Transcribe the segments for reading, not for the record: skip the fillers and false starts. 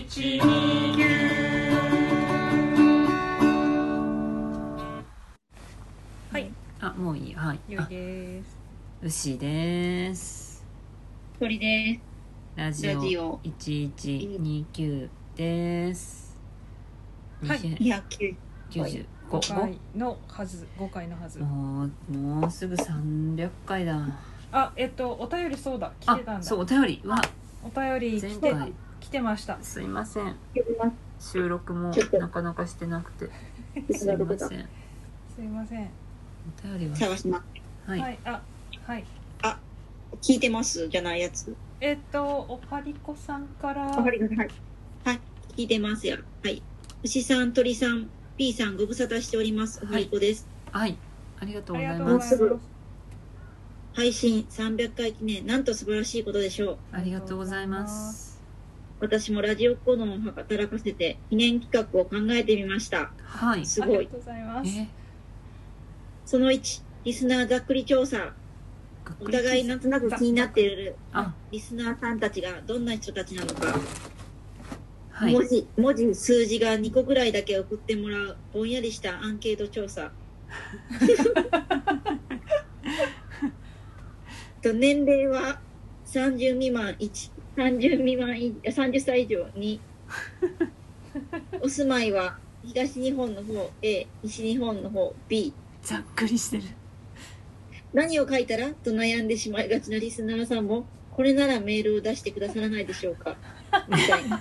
はい。 あ、もういい。はい。 ゆいです。 牛です。 鳥です。 ラジオ1129です。 はい。 295 5回のはず。 もうすぐ300回だ。 あ、お便りそうだ。来てたんだ。 そう、お便りはお便り来てました。 すいません。収録もなかなかしてなくて。すいません。 すいません。 お便りは探します。 はい。はい。あ、はい。 あ、聞いてますじゃないやつ。 おはりこさんから。 はい。はい。聞いてますよ。はい。牛さん、鳥さん、P さん、ご無沙汰しております。おはりこです。 はい。ありがとうございもうます。 すぐ配信300回記念、なんと素晴らしいことでしょう。 ありがとうございます。 私もラジオコードを働かせて記念企画を考えてみました。 はい。 すごい。 ありがとうございます。 その1、リスナーざっくり調査。お互いなんとなく気になっているリスナーさんたちがどんな人たちなのか、はい、文字数字が2個ぐらいだけ送ってもらうぼんやりしたアンケート調査と年齢は30未満1、30歳以上2お住まいは東日本の方 A、西日本の方 B。 ざっくりしてる。 何を書いたらと悩んでしまいがちなリスナーさんもこれならメールを出してくださらないでしょうかみたいな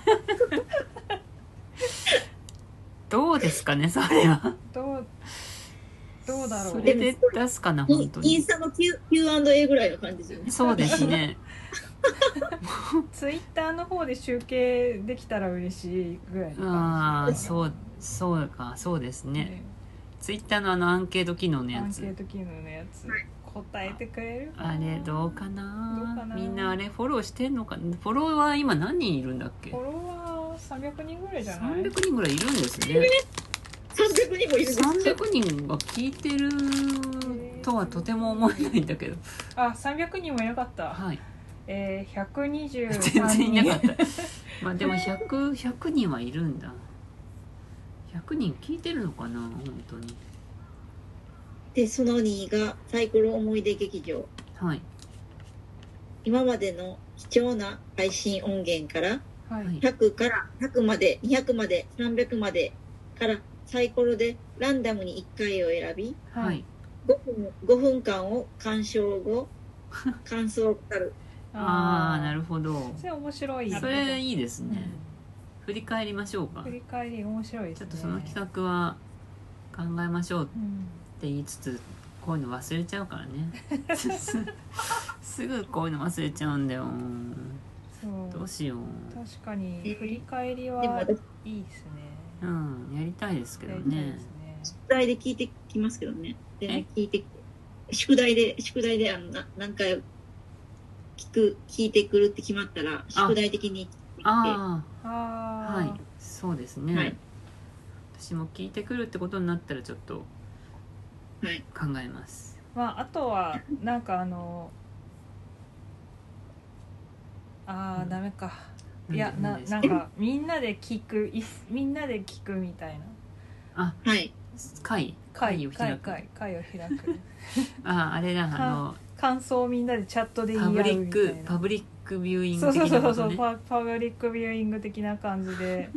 どうですかね、それは。 どうだろう。 それで出すかな、本当に。 インスタの Q&A ぐらいの感じですよね。 そうですね。 ツイッターの方で集計できたら嬉しいぐらいの感じ。 ああ、そうか、そうですね。ツイッターのアンケート機能のやつ。 アンケート機能のやつ。答えてくれるかな。 あれどうかな。みんなあれフォローしてんのか。フォロワー今何人いるんだっけ。 フォロワー300人ぐらいじゃない。 300人ぐらいいるんですね。 300人もいるんですか。 300人が聞いてるとはとても思えないんだけど。 あ、300人もいなかった。 はい。 123人。 全然いなかった。まあでも100人はいるんだ。100人聞いてるのかな、本当に。 でその2がサイコロ思い出劇場。 はい。 今までの貴重な配信音源から、 はい、 100から100まで200まで300までからサイコロでランダムに1回を選び、 はい、 5分間を鑑賞後感想を語る。 ああ、なるほど。 それ面白い。 それいいですね。振り返りましょうか。 振り返り面白いですね。 ちょっとその企画は考えましょうって言いつつ、こういうの忘れちゃうからね。すぐこういうの忘れちゃうんだよ。どうしよう。 確かに振り返りはいいですね。 うん、やりたいですけどね。 宿題で聞いてきますけどね。で聞いて宿題で何回聞いてくるって決まったら宿題的にはい、そうですね、はい、私も聞いてくるってことになったらちょっと考えます。 まああとはなんかダメか。いやなんかみんなで聞くみたいな。 会を開く。あれだ、 感想をみんなでチャットで言い合うみたいな。 パブリックビューイング的なことね。 そうパブリックビューイング的な感じで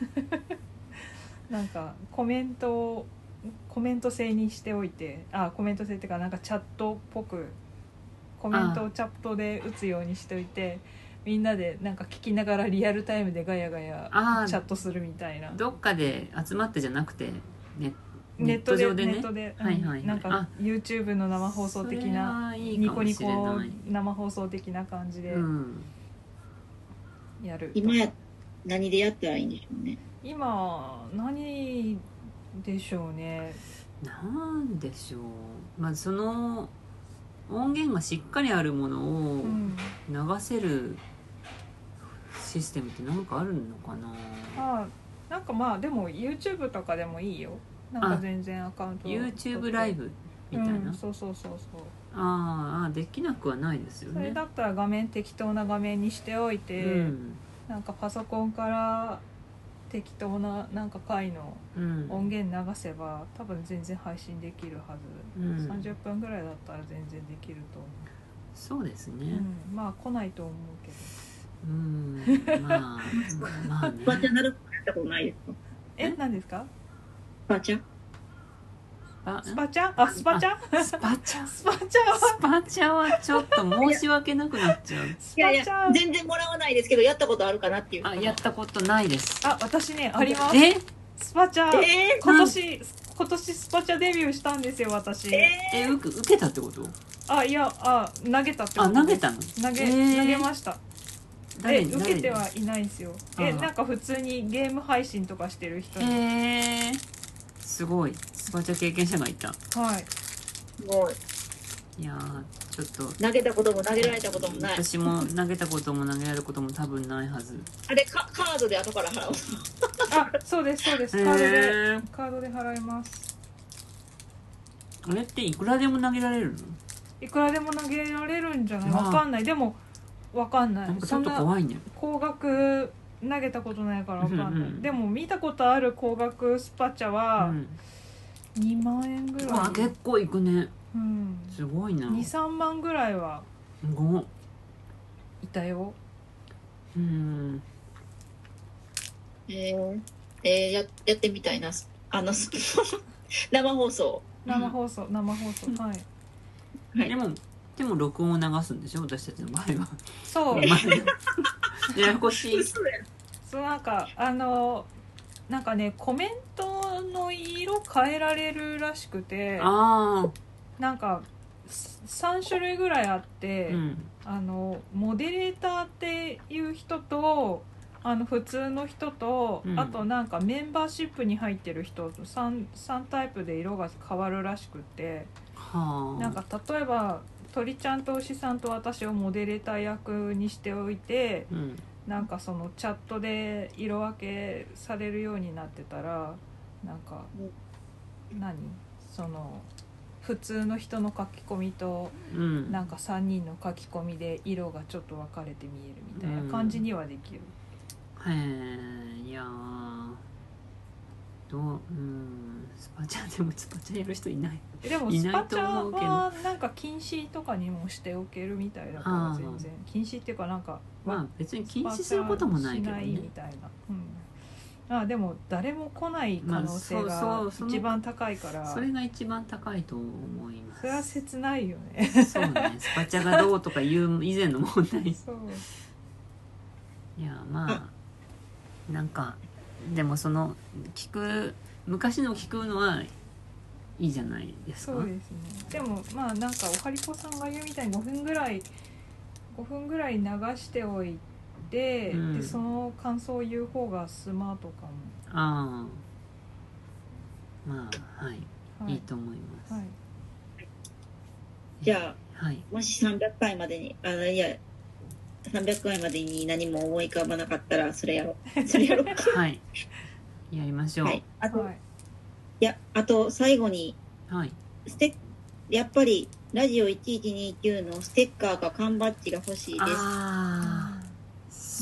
なんかコメント制にしておいて、コメント制っていうかなんかチャットっぽくコメントをチャットで打つようにしておいて、みんなでなんか聞きながらリアルタイムでガヤガヤチャットするみたいな。 どっかで集まってじゃなくてネットで、なんか YouTube の生放送的な、ニコニコ生放送的な感じでやる。 今何でやったらいいんでしょうね。 今何でしょうね。 なんでしょう。まあその音源がしっかりあるものを流せるシステムって何かあるのかな。 なんかまあでも YouTube とかでもいいよ。なんか全然アカウント YouTube ライブみたいな、 そうできなくはないですよね。 それだったら適当な画面にしておいて、 なんかパソコンから適当ななんか回の音源流せば多分全然配信できるはず、30分ぐらいだったら全然できると思う。 そうですね、 まあ来ないと思うけど。 まあね。 スパチャなるやったことないですか？ 何ですか？ スパチャ？ スパチャ？スパチャ？ スパチャ？ スパチャはスパチャはちょっと申し訳なくなっちゃう。 いやいや、全然もらわないですけど、やったことあるかなっていう。 やったことないです。 私ね、あります。スパチャ、今年スパチャデビューしたんですよ、私。 受けたってこと？ いや、投げたってこと。 投げたの？ 投げました。受けてはいないんですよ。なんか普通にゲーム配信とかしてる人に。 すごい。スパチャ経験者がいた。 はい。 すごい。 いやちょっと投げたことも投げられたこともない。 私も投げたことも投げられることも多分ないはず。 あれカードで後から払う。 そうですそうです。カードで払います。 あれっていくらでも投げられるの？ いくらでも投げられるんじゃない？わかんない。でもわかんない。 なんかちょっと怖いね。 高額投げたことないからわかんない。でも見たことある高額スパチャは2万円ぐらい。 結構いくね。すごいな。 2、3万ぐらいはいたよ。 やってみたいな。生放送。 はい。 でも録音を流すんでしょ、私たちの場合は。 そう。 ややこしい。 そうなんかね、コメントの色変えられるらしくて、なんか3種類ぐらいあって、モデレーターっていう人と普通の人と、あとなんかメンバーシップに入ってる人と 3タイプで色が変わるらしくて、なんか例えば鳥ちゃんと牛さんと私をモデレーター役にしておいて、なんかそのチャットで色分けされるようになってたら、なんかその普通の人の書き込みと、なんか3人の書き込みで色がちょっと分かれて見えるみたいな感じにはできる。 いやスパチャやる人いない。 でもスパチャはなんか禁止とかにもしておけるみたいだから全然禁止っていうかなんか別に禁止することもないけどね。 みたいな。でも誰も来ない可能性が一番高いから、 それが一番高いと思います。 それは切ないよね。 そうね。スパチャがどうとかいう以前の問題。 そう。 いやなんかでもその昔の聞くのはいいじゃないですか。 そうですね。でもなんかおはりこさんが言うみたいに5分ぐらい流しておいて、でその感想を言う方がスマートかも。いいと思います。 じゃあ、もし300回までに300回までに何も思い浮かばなかったらそれやろう。やりましょう。 あと最後に、やっぱりラジオ1129のステッカーか缶バッジが欲しいです。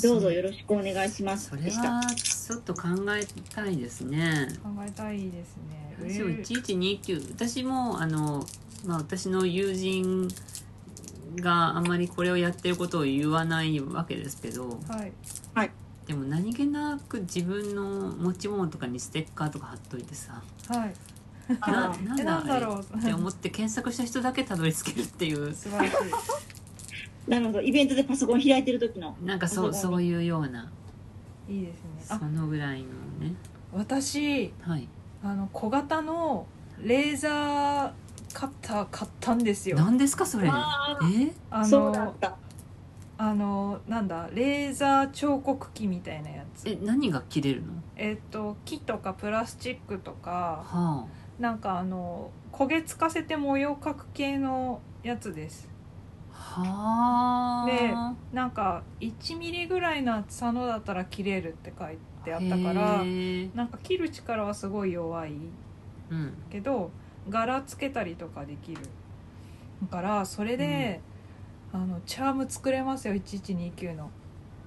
どうぞよろしくお願いします。 それはちょっと考えたいですね。 考えたいですね。 ラジオ1129、私も私の友人があんまりこれをやってることを言わないわけですけど、でも何気なく自分の持ち物とかにステッカーとか貼っといてさ、なんだろうって思って検索した人だけたどり着けるっていう。 素晴らしい。 なるほど。イベントでパソコン開いてる時のなんかそういうような、 いいですね。 そのぐらいのね。 私、小型のレーザーカッター買ったんですよ。 何ですかそれ？ そうだった。 なんだレーザー彫刻機みたいなやつ。 何が切れるの？ 木とかプラスチックとか、なんか焦げつかせて模様描く系のやつです。でなんか1ミリぐらいの厚さのだったら切れるって書いてあったから、なんか切る力はすごい弱い、けど柄つけたりとかできるから、それで、チャーム作れますよ1129の。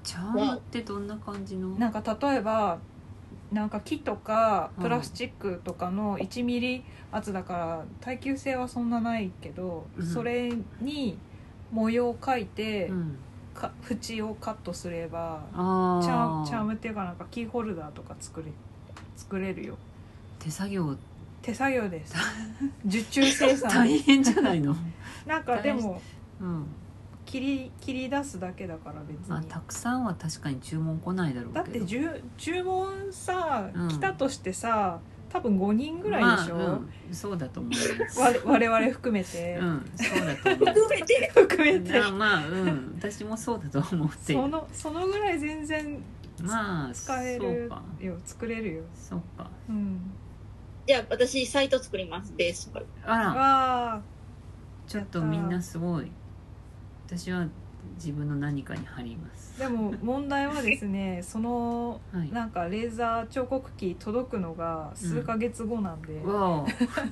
チャームってどんな感じの？ なんか例えばなんか木とかプラスチックとかの1ミリ厚だから耐久性はそんなないけど、それに模様を描いて、縁をカットすればチャームっていうかなんかキーホルダーとか作れるよ。手作業です受注生産大変じゃないの？ なんかでも、切り出すだけだから別に、 たくさんは確かに注文来ないだろうけど、 だって注文さ、来たとしてさ多分5人ぐらいでしょ、 そうだと思います我々含めて、 そうだと思う含めて私もそうだと思っている。 そのぐらい全然使えるよ、作れるよ。 そうか、 じゃあ私サイト作ります。ベースから。 あら、 ちょっとみんなすごい。私は自分の何かに貼ります。 でも問題はですねその、なんかレーザー彫刻機届くのが数ヶ月後なんで、 でも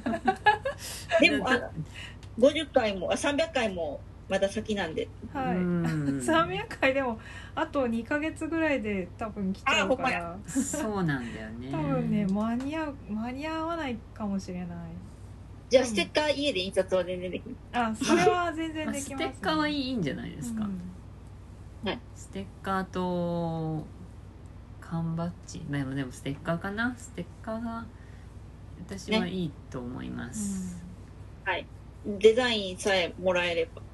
50回も300回もまだ先なんで、 300回でもあと2ヶ月ぐらいで多分来ちゃうから、 そうなんだよね。 多分ね間に合わないかもしれない。 じゃあステッカー家で印刷は全然できる。 それは全然できます、ね、 ステッカーはいいんじゃないですか、ステッカーと缶バッジ、でもステッカーかな。ステッカーが私はいいと思います、 はい。デザインさえもらえれば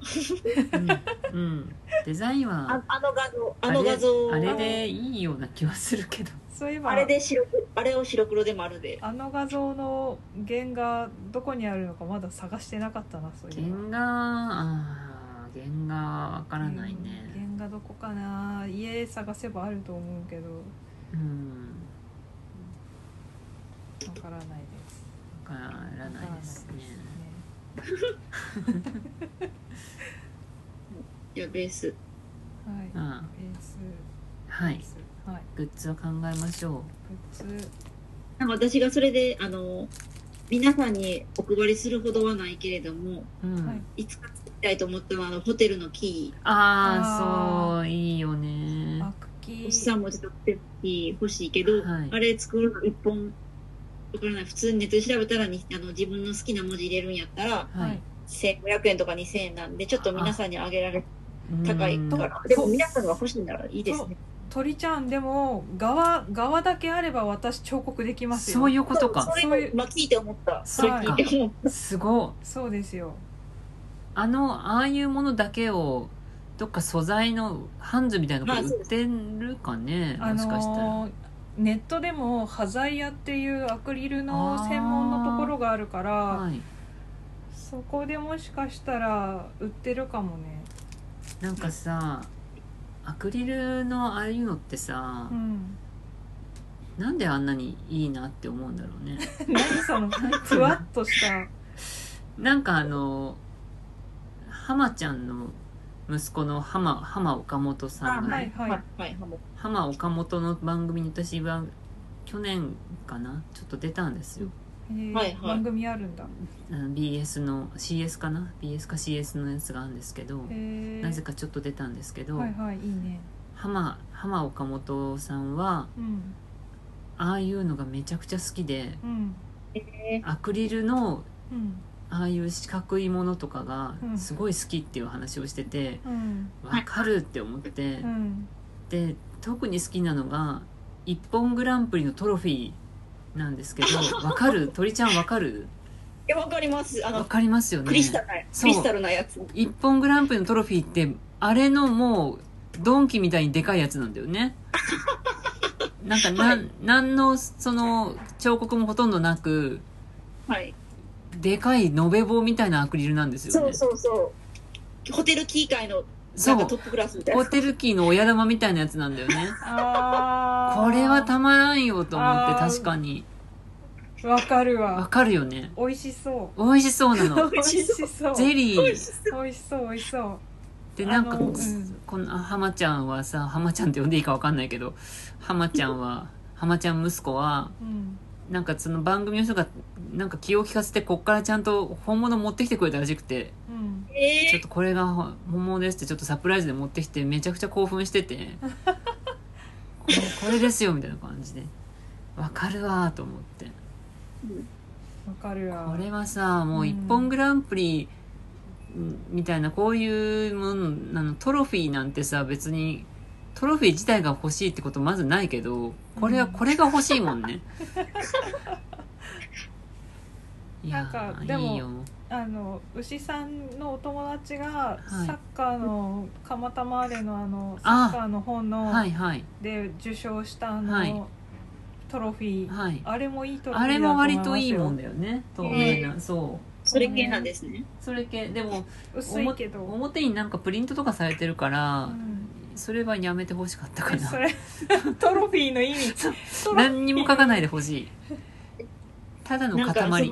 デザインはあの画像あれでいいような気はするけど、 そういえばあれを白黒で丸で、 あの画像の原画どこにあるのかまだ探してなかったな。そういう原画わからないね、 原画どこかな。家探せばあると思うけど、わからないです。 わからないですね。 じゃあベース、 ベース、 グッズを考えましょう。グッズ、 なんか私がそれで皆さんにお配りするほどはないけれども、いつか作りたいと思ったのはホテルのキー。そういいよね。 おっさんもちょっとキー欲しいけど、あれ作るの1本わからない。普通にネットで調べたら自分の好きな文字入れるんやったら、1500円とか2000円なんでちょっと皆さんにあげられる高いから、でも皆さんが欲しいならいいですね。 鳥ちゃんでも側だけあれば私彫刻できますよ。 そういうことか。 それも聞いて思った。 すごい。 そうですよ。 ああいうものだけをどっか素材のハンズみたいなの売ってるかね、もしかしたら。 ネットでも端材屋っていうアクリルの専門のところがあるから、そこでもしかしたら売ってるかもね。 なんかさ、アクリルのああいうのってさ、なんであんなにいいなって思うんだろうね。 何そのふわっとしたなんか浜ちゃんの息子の浜岡本さんが、浜岡本の番組に私は去年かなちょっと出たんですよ。 番組あるんだ。 BS の CS かな BS か CS のやつがあるんですけど、なぜかちょっと出たんですけど、 いいね。 浜岡本さんは、ああいうのがめちゃくちゃ好きで、アクリルの、ああいう四角いものとかがすごい好きっていう話をしてて、わかるって思って、で特に好きなのが一本グランプリのトロフィーなんですけど、わかる？鳥ちゃんわかる？ わかります。 わかりますよね。 クリスタルなやつ。 一本グランプリのトロフィーってあれのもうドンキみたいにでかいやつなんだよね。なんかなんのその彫刻もほとんどなく、でかい延べ棒みたいなアクリルなんですよね。 そうホテルキー界のなんかトップクラスみたいな。 ホテルキーの親玉みたいなやつなんだよね。これはたまらんよと思って。確かにわかるわ。 わかるよね。 美味しそう。 美味しそうなの。 美味しそう。 ゼリー。 美味しそう。 でなんか、この浜ちゃんはさ、浜ちゃんって呼んでいいかわかんないけど、浜ちゃん息子は、 なんかその番組の人がなんか気を利かせてこっからちゃんと本物持ってきてくれたらしくて、ちょっとこれが本物ですってちょっとサプライズで持ってきてめちゃくちゃ興奮しててこれですよみたいな感じでわかるわと思って、 わかるわ。 これはさもう一本グランプリみたいなこういうものトロフィーなんてさ別にトロフィー自体が欲しいってことまずないけどこれはこれが欲しいもんね、いやなんかでもいいよ。 牛さんのお友達がはいサッカーの蒲田マーレのサッカーの本のはいはいで受賞したはいトロフィー、 はいあれもいいトロフィーあれだと思いますよ。 も割といいもんだよね透明な、そうそれ系なんですね。 それ系でも薄いけど、 表になんかプリントとかされてるから、 うん、 それはやめてほしかったかな。 それトロフィーの意味何にも書かないでほしい。ただの塊。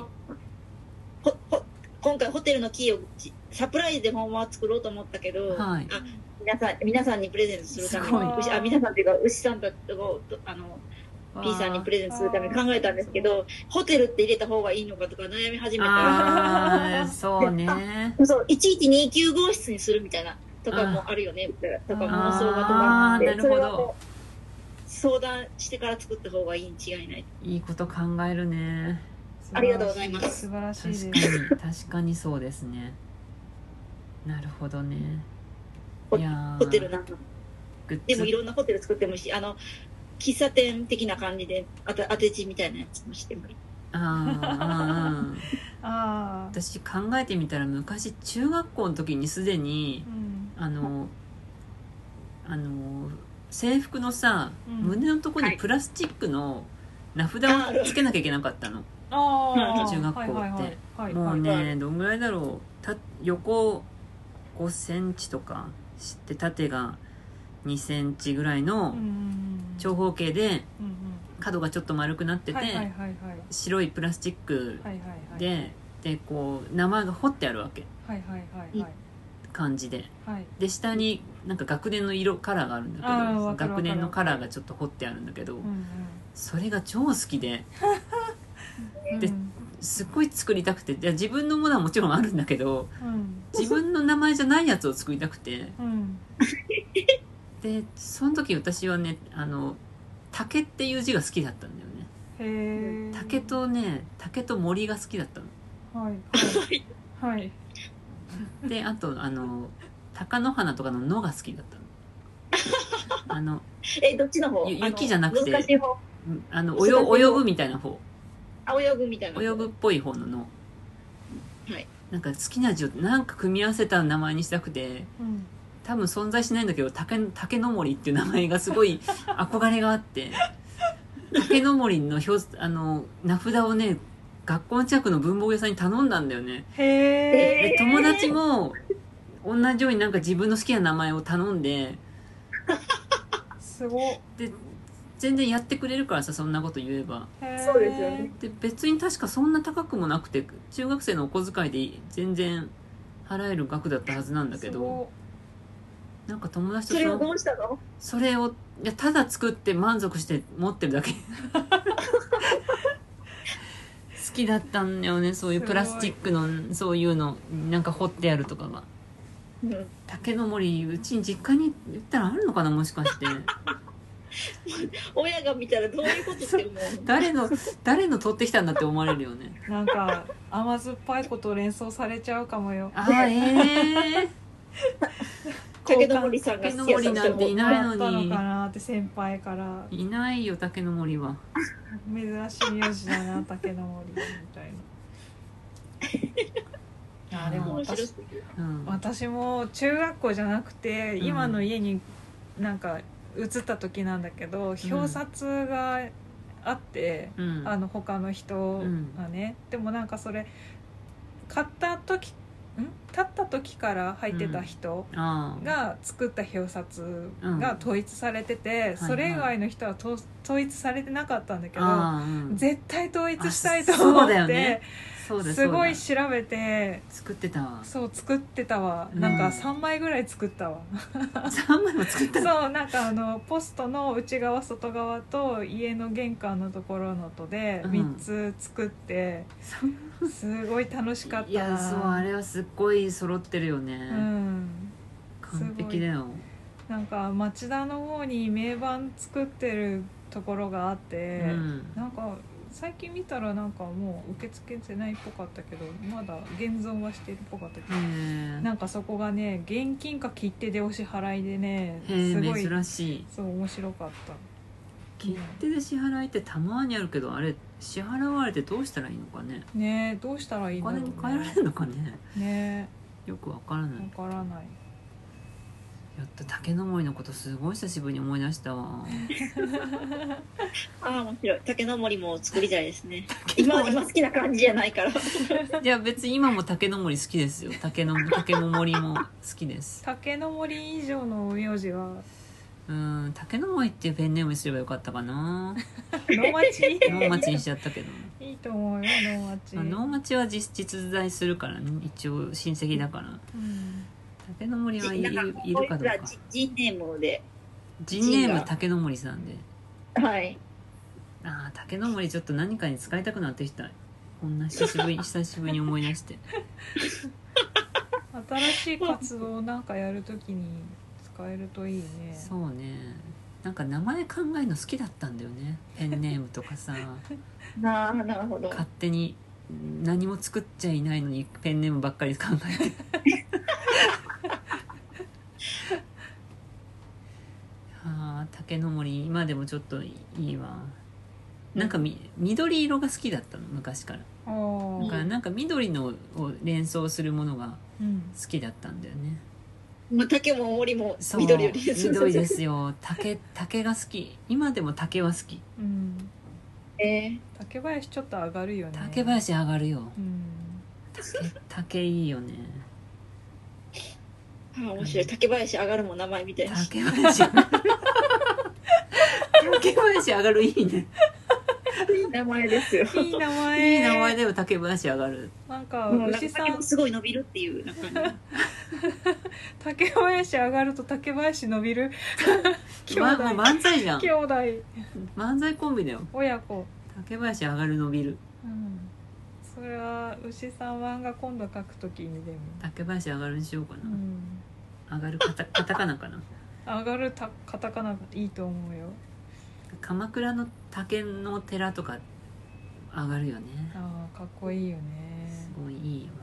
今回ホテルのキーをサプライズで本は作ろうと思ったけど、 はい、 皆さんにプレゼントするために皆さんっていうか牛さんとP さんにプレゼントするために考えたんですけど、ホテルって入れた方がいいのかとか悩み始めたら、 あそうねそう1129号室にするみたいなとかもあるよねとか妄想が止まって、 なるほど、 相談してから作った方がいいに違いない。 いいこと考えるね。 ありがとうございます。 素晴らしいです。 確かにそうですね。なるほどね。 いやホテルなんかでもいろんなホテル作ってもいいし、喫茶店的な感じで当て字みたいなやつもしてもいい。 私考えてみたら昔中学校の時にすでに、制服のさ、胸のところにプラスチックの名札をつけなきゃいけなかったの、中学校ってもうねどんぐらいだろう、横5センチとかして縦が2センチぐらいの長方形で角がちょっと丸くなってて白いプラスチックでこう名前が彫ってあるわけ、感じで、で下になんか学年のカラーがあるんだけど、学年のカラーがちょっと彫ってあるんだけど、それが超好きですっごい作りたくて、自分のものはもちろんあるんだけど、自分の名前じゃないやつを作りたくて、でその時私はね竹っていう字が好きだったんだよね。竹と森が好きだったの。であと貴乃花とかの野が好きだったの。 どっちの方？ 雪じゃなくて難しい方、 泳ぐみたいな方。 泳ぐみたいな。 泳ぐっぽい方の野。なんか好きな字をなんか組み合わせた名前にしたくて、多分存在しないんだけど竹の森っていう名前がすごい憧れがあって竹の森の名札をね学校の近くの文房具屋さんに頼んだんだよね。で友達も同じようになんか自分の好きな名前を頼んですごいで全然やってくれるからさ、そんなこと言えば。 そうですよね。 で別に確かそんな高くもなくて中学生のお小遣いで全然払える額だったはずなんだけど、なんか友達とそれをどうしたの？ それをただ作って満足して持ってるだけ好きだったんだよね、そういうプラスチックのそういうのなんか彫ってあるとかが。竹の森うちに実家に言ったらあるのかな、もしかして親が見たらどういうことって思う誰の取ってきたんだって思われるよね。 なんか甘酸っぱいことを連想されちゃうかもよ。 竹の森さんが好きやったなんていないのに。 ったのかなって先輩から。 いないよ竹の森は。 珍しい名字だな竹の森みたいな。でも私も中学校じゃなくて今の家になんか移った時なんだけど、表札があって、他の人がね、でもなんかそれ買った時立った時から入ってた人が作った表札が統一されてて、それ以外の人は統一されてなかったんだけど、絶対統一したいと思ってすごい調べて作ってたわ。 そう作ってたわ、なんか3枚ぐらい作ったわ 3枚も作ったそうなんかポストの内側外側と家の玄関のところのとで3つ作って、すごい楽しかったな。 いやそうあれはすっごい揃ってるよね、完璧だよ。 なんか町田の方に名盤作ってるところがあって、なんか最近見たらなんかもう受け付けてないっぽかったけど、まだ現存はしてるっぽかったけど、なんかそこがね現金か切手でお支払いでね、すごい珍しい。 そう面白かった。 切手で支払いってたまにあるけど、あれ支払われてどうしたらいいのかね。 ねえどうしたらいいの、 お金に換えられるのかね。 ねよくわからない。 わからない。 やっと竹の森のことすごい久しぶりに思い出したわああ面白い。竹の森も作りたいですね。今好きな感じじゃないからいや別に今も竹の森好きですよ。竹も森も好きです。 竹の森以上の名字は竹の森っていうペンネームにすればよかったかな能町能町にしちゃったけどいいと思うよ能町。 能町は実在するからね、一応親戚だから、竹の森はいるかどうか。 ジンネームでジンネーム竹の森さんで、 はい。 竹の森ちょっと何かに使いたくなってきた。こんな久しぶりに思い出して新しい活動をなんかやるときに使えるといいね。 そうね、なんか名前考えるの好きだったんだよね。ペンネームとかさなるほど。 勝手に何も作っちゃいないのにペンネームばっかり考えて竹の森今でもちょっといいわ。なんか緑色が好きだったの昔から。だからなんか緑のを連想するものが好きだったんだよね。 竹も森も緑より緑ですよ。竹が好き。今でも竹は好き。 竹林ちょっと上がるよね。 竹林上がるよ。竹いいよね。 面白い。竹林上がるも名前みたいな。 竹林上がる竹林上がるいいね。 いい名前ですよ。 いい名前だよ。竹林上がる。 なんか牛さん竹もすごい伸びるっていう。 竹林上がると竹林伸びる。 もう漫才じゃん。 兄弟。 漫才コンビだよ。 親子。 竹林上がる伸びる。 それは牛さん漫画今度書くときにでも。 竹林上がるにしようかな。上がるカタカナかな。 上がるカタカナがいいと思うよ。 鎌倉の竹の寺とか上がるよね。 かっこいいよね。 すごいいい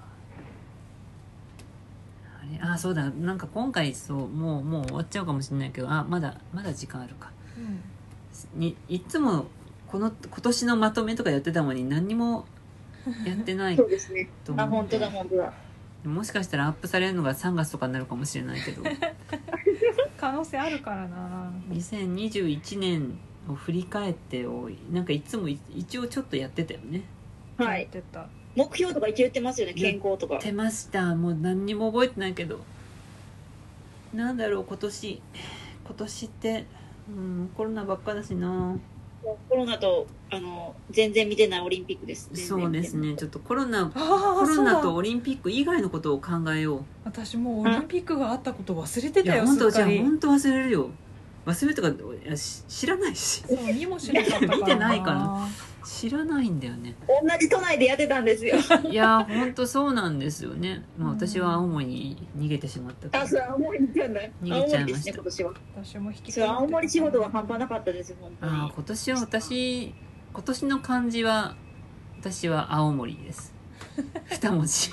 わ。そうだ、なんか今回もう終わっちゃうかもしれないけど、まだ時間あるか。いつも今年のまとめとかやってたのに何にもやってないそうですね。本当だ。 もしかしたらアップされるのが3月とかになるかもしれないけど可能性あるからな。 2021年を振り返ってなんかいつも一応ちょっとやってたよね。 はい。やってた。目標とか一応言ってますよね。健康とか。 言ってました。もう何にも覚えてないけど、なんだろう今年ってコロナばっかだしな。 コロナと全然見てないオリンピックです。 そうですね。ちょっとコロナとオリンピック以外のことを考えよう。 私もうオリンピックがあったこと忘れてたよ。 本当忘れるよ。忘れるとか知らないし。 見もしなかったから見てないから知らないんだよね。 同じ都内でやってたんですよ。 いや本当そうなんですよね。私は青森に逃げてしまった。 そう青森に行ったんだ。 逃げちゃいました。 今年は。 私も引き青森仕事が半端なかったです本当に。 今年の漢字は私は青森です。2文字。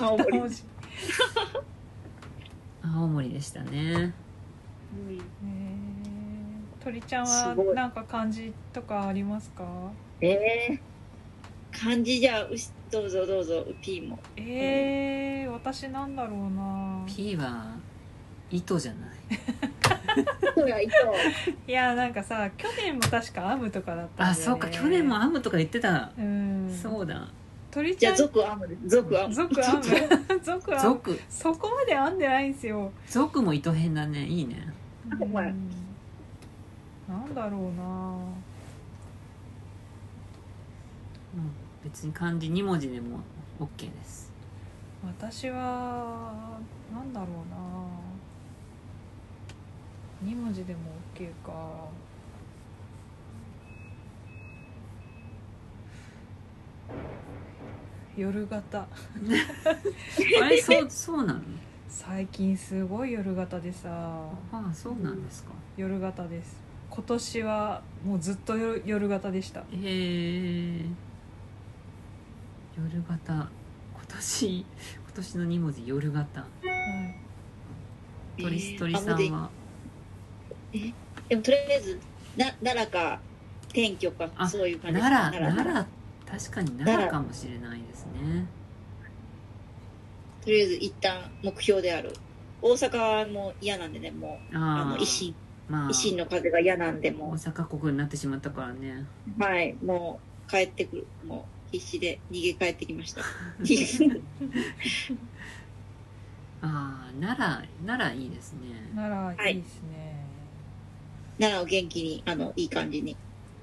青森でしたね。 鳥ちゃんはなんか漢字とかありますか？ 漢字じゃあどうぞ P も。 私なんだろうな。 P は糸じゃないいやなんか去年も確かアムとかだったんだよね。 そうか去年もアムとか言ってた。そうだじゃあ鳥ちゃん族編むです。族編む。 族編む族編む族そこまで編んでないんですよ。 族も糸編だね。いいね。 ほんまやなんだろうな。 別に漢字2文字でも OK です。 私はなんだろうな。2文字でも OK か。夜型あれそうなの？ 最近すごい夜型でさ。 ああ、そうなんですか。 夜型です。今年はもうずっと夜型でした。 へえ。夜型。今年の2文字夜型。 はい、 鳥さんはでもとりあえず奈良か天居かそういう感じです。 奈良確かに奈良かもしれないですね。 とりあえず一旦目標である大阪も嫌なんでね、もう維新の風が嫌なんで、もう大阪国になってしまったからね。 はい、もう帰ってくる、もう必死で逃げ帰ってきましたああ、奈良いいですね。 奈良いいですね、 奈良を元気にいい感じに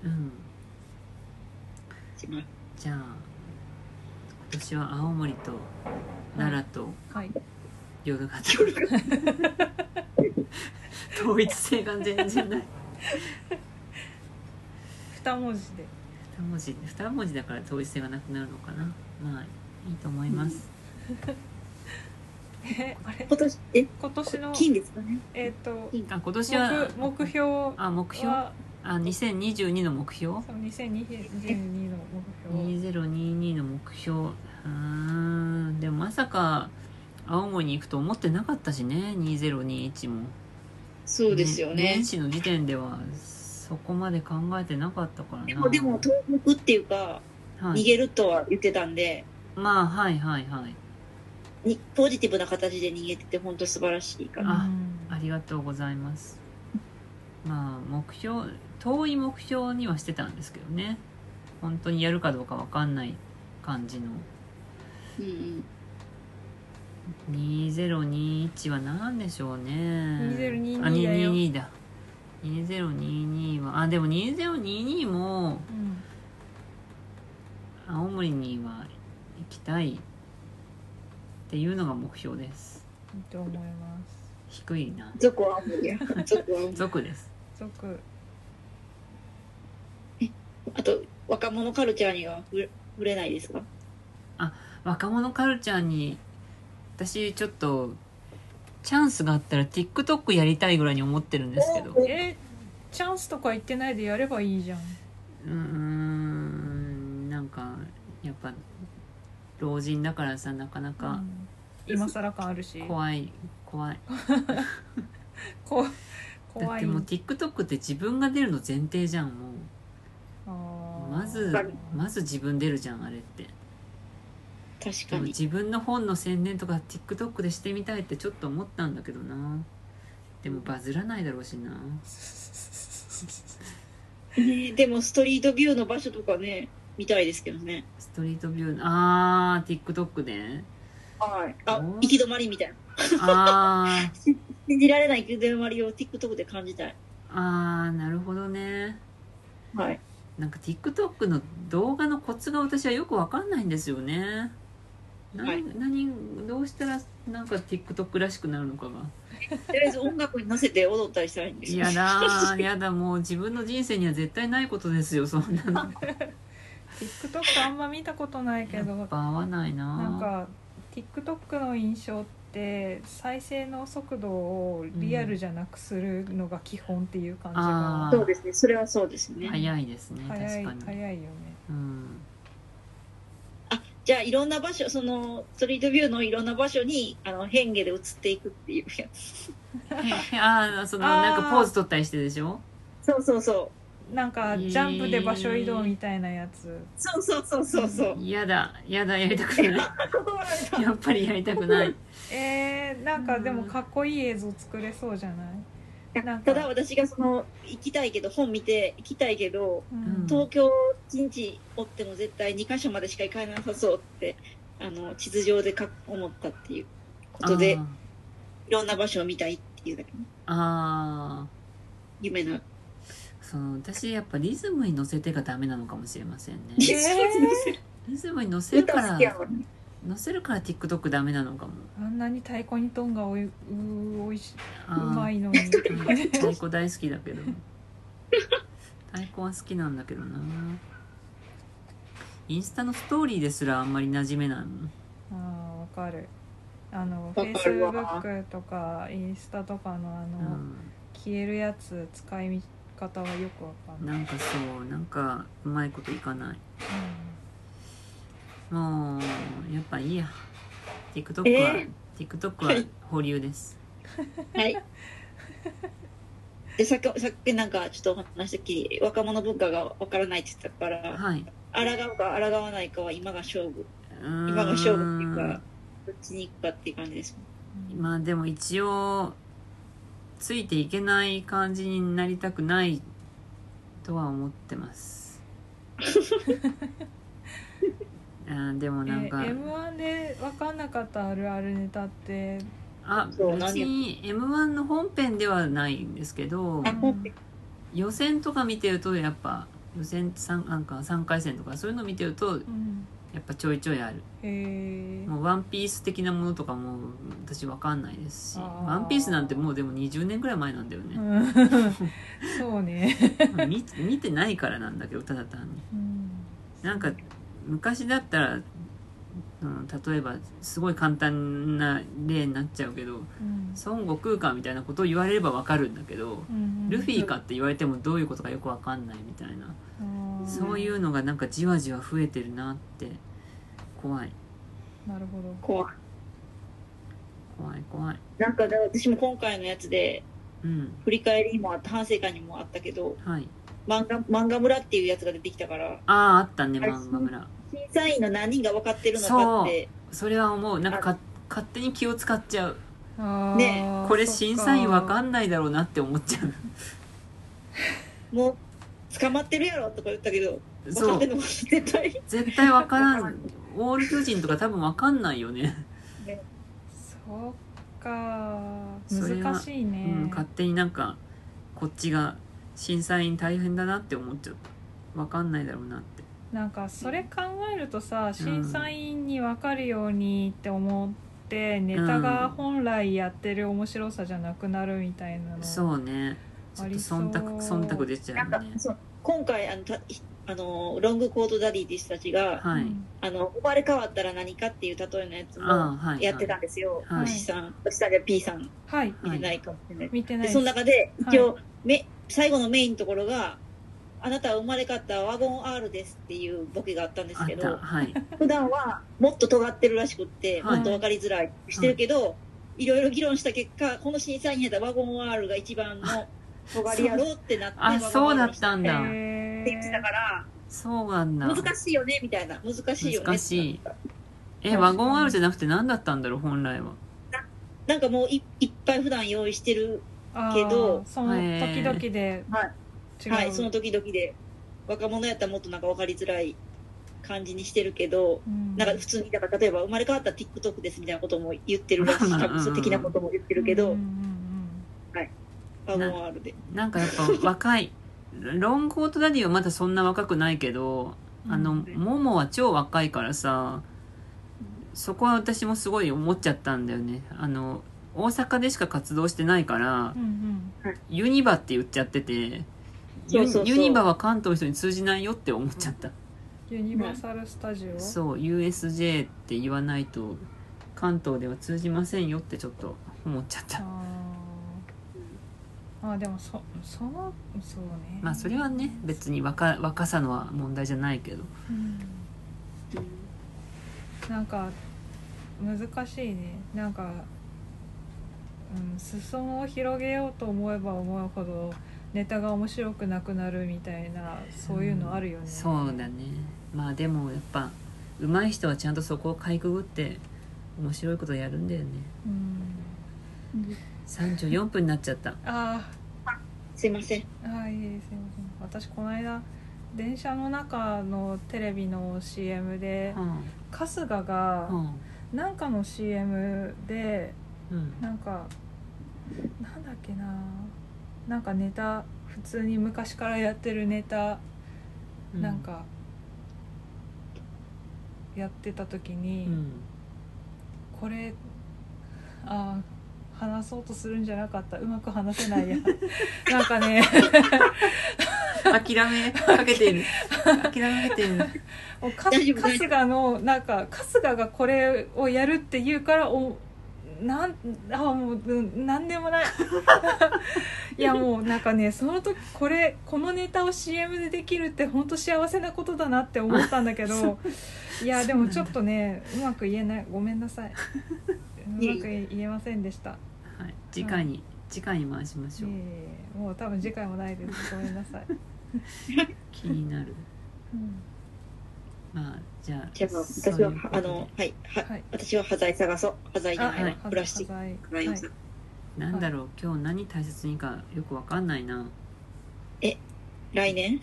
します。 じゃあ今年は青森と奈良と夜型、統一性が全然ない 2文字で 2文字だから統一性がなくなるのかな。まあいいと思います、 あれ今年の金ですかね。 今年は目標は2022の目標、 そう2022の目標 2022の目標、でもまさか青森に行くと思ってなかったしね。2021もそうですよね。 年始の時点ではそこまで考えてなかったからな。 でも東北っていうか、逃げるとは言ってたんで、 まあはいポジティブな形で逃げてて本当素晴らしいから。 ありがとうございます。まあ遠い目標にはしてたんですけどね。本当にやるかどうかわかんない感じの。2021は何でしょうね。 2022 だ。2022はでも2022も、青森には行きたいっていうのが目標です。 いいと思います。 低いな。 族は青森や。 族です。 族。 あと若者カルチャーには触れないですか？ 若者カルチャーに私ちょっとチャンスがあったら TikTok やりたいぐらいに思ってるんですけど。 チャンスとか言ってないでやればいいじゃん。 なんかやっぱ老人だからさ、なかなか、 今更感あるし怖いだってもう TikTok って自分が出るの前提じゃん。もうまず自分出るじゃん、あれって。 確かに。 自分の本の宣伝とか TikTok でしてみたいってちょっと思ったんだけどな。でもバズらないだろうしなでもストリートビューの場所とかね見たいですけどね。 ストリートビューTikTok で行き止まりみたいな信じられない行き止まりを TikTok で感じたい。 なるほどね。 はい。 なんか TikTok の動画のコツが私はよく分かんないんですよね。どうしたらなんか TikTok らしくなるのかが。 とりあえず音楽に乗せて踊ったりしたらいいんですよ。 やだもう自分の人生には絶対ないことですよ、そんなの。 TikTok あんま見たことないけど、 やっぱ合わないな。 なんか TikTok の印象って再生の速度をリアルじゃなくするのが基本っていう感じが、 そうですね。それはそうですね。 早いですね。確かに早いよね。 じゃあいろんな場所、そのストリートビューのいろんな場所に変化で移っていくっていうやつ。 なんかポーズ取ったりしてでしょ。 そうなんかジャンプで場所移動みたいなやつ。 そうやだやりたくないやっぱりやりたくない。 なんかでもかっこいい映像作れそうじゃない？ なんかただ私が行きたいけど本見て行きたいけど、 うん東京1日おっても絶対2カ所までしか行かなさそうって地図上で思ったっていうことでいろんな場所を見たいっていうだけの夢な私やっぱリズムに乗せてがダメなのかもしれませんね。 リズムに乗せるから歌好きやもんね。 乗せるから TikTok ダメなのかも。 あんなに太鼓にトンがおいしうまいの太に鼓大好きだけど太鼓は好きなんだけどな。インスタのストーリーですらあんまり馴染めないもん。 わかる。 かるわ Facebook とかインスタとかの消えるやつ使い方はよくわかんない。 なんかなんかうまいこといかない。もうやっぱいいや。TikTok は保留です。 はいでさっきなんかちょっと話したっきり若者文化がわからないって言ったから、 はい、 抗うか抗わないかは今が勝負っていうかどっちに行くかっていう感じです。 まあでも一応ついていけない感じになりたくないとは思ってますでもなんか、 M1 で分かんなかったあるあるネタって別に M1 の本編ではないんですけど、予選とか見てるとやっぱ予選なんか3回戦とかそういうの見てると、やっぱちょいちょいある。もうワンピース的なものとかも私わかんないですし、ワンピースなんてもうでも20年ぐらい前なんだよね、 そうね見てないからなんだけど、ただ単に、なんか昔だったら、例えばすごい簡単な例になっちゃうけど、孫悟空かみたいなことを言われればわかるんだけど、ルフィかって言われてもどういうことかよくわかんないみたいな、そういうのがなんかじわじわ増えてるなって。怖い。 なるほど。 怖い。 なんか私も今回のやつで、振り返りにもあった、反省会にもあったけど、漫画村っていうやつが出てきたから。 あったね、漫画村。 審査員の何人が分かってるのかって。 それは思う。なんか勝手に気を使っちゃう。 ね、 これ審査員分かんないだろうなって思っちゃう。もう捕まってるやろとか言ったけど、分かってるの絶対分からん。オール巨人とか多分分かんないよね。 そうか、難しいね。 勝手になんかこっちが審査員大変だなって思っちゃった。分かんないだろうなって。 なんかそれ考えるとさ、審査員に分かるようにって思ってネタが本来やってる面白さじゃなくなるみたいなの、 そうね、ちょっと忖度出ちゃうね。 今回ロングコートダディっていう人たちが、生まれ変わったら何かっていう例えのやつもやってたんですよ。星さん、P さん、見てないかもしれない。 見てない。 その中で一応、最後のメインのところが、あなたは生まれ変わったワゴン R ですっていうボケがあったんですけど、普段はもっと尖ってるらしくって、もっと分かりづらいしてるけど、いろいろ議論した結果、この審査員やったワゴン R が一番の尖りやろうってなって、 そうだったんだ。 って言ってたから、 そうなんだ。 難しいよねみたいな。難しいよね。 難しい。ワゴン R じゃなくて何だったんだろう、本来は。 なんかもういっぱい普段用意してるけど、 その時々で違う。はい、その時々で若者やったらもっとなんか分かりづらい感じにしてるけど、なんか普通にだから例えば生まれ変わった TikTok ですみたいなことも言ってるらしい、多分そう的なことも言ってるけど、はい、ワゴン R で。 なんかやっぱ若い。ロングコートダディはまだそんな若くないけど、モモは超若いからさ、そこは私もすごい思っちゃったんだよね。大阪でしか活動してないから、ユニバって言っちゃってて、ユニバは関東の人に通じないよって思っちゃった。 ユニバーサルスタジオ、 そう USJ って言わないと関東では通じませんよってちょっと思っちゃった。 でもそうね。 まあそれはね、別に若さのは問題じゃないけど、 なんか難しいね。なんか、裾野を広げようと思えば思うほどネタが面白くなくなるみたいな、そういうのあるよね。 そうだね。まあでもやっぱ上手い人はちゃんとそこをかいくぐって面白いことやるんだよね。34分になっちゃった。 すいません。 はい、すいません。私この間電車の中のテレビの CM で、春日がなんかの CM で、なんかなんだっけな、なんかネタ、普通に昔からやってるネタ、なんかやってた時に、これ話そうとするんじゃなかった、うまく話せないやなんかね諦めかけてる春日のなんか春日がこれをやるって言うからもうなんでもないいやもうなんかね、その時このネタを CM でできるって本当幸せなことだなって思ったんだけどいやでもちょっとねうまく言えない、ごめんなさい、うまく言えませんでした。 はい、次回に回しましょう。 もう多分次回もないです、ごめんなさい気になる、まあじゃあ私は私は端材探そう。端材じゃないわ、プラスチックライオンさん、 なんだろう、今日何大切にかよくわかんないな。 来年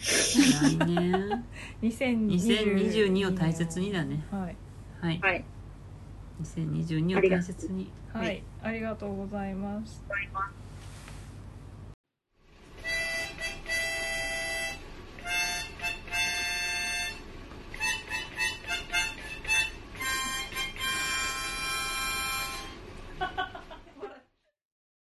2022を大切にだね。はい、2022を大切に。 はい、ありがとうございます。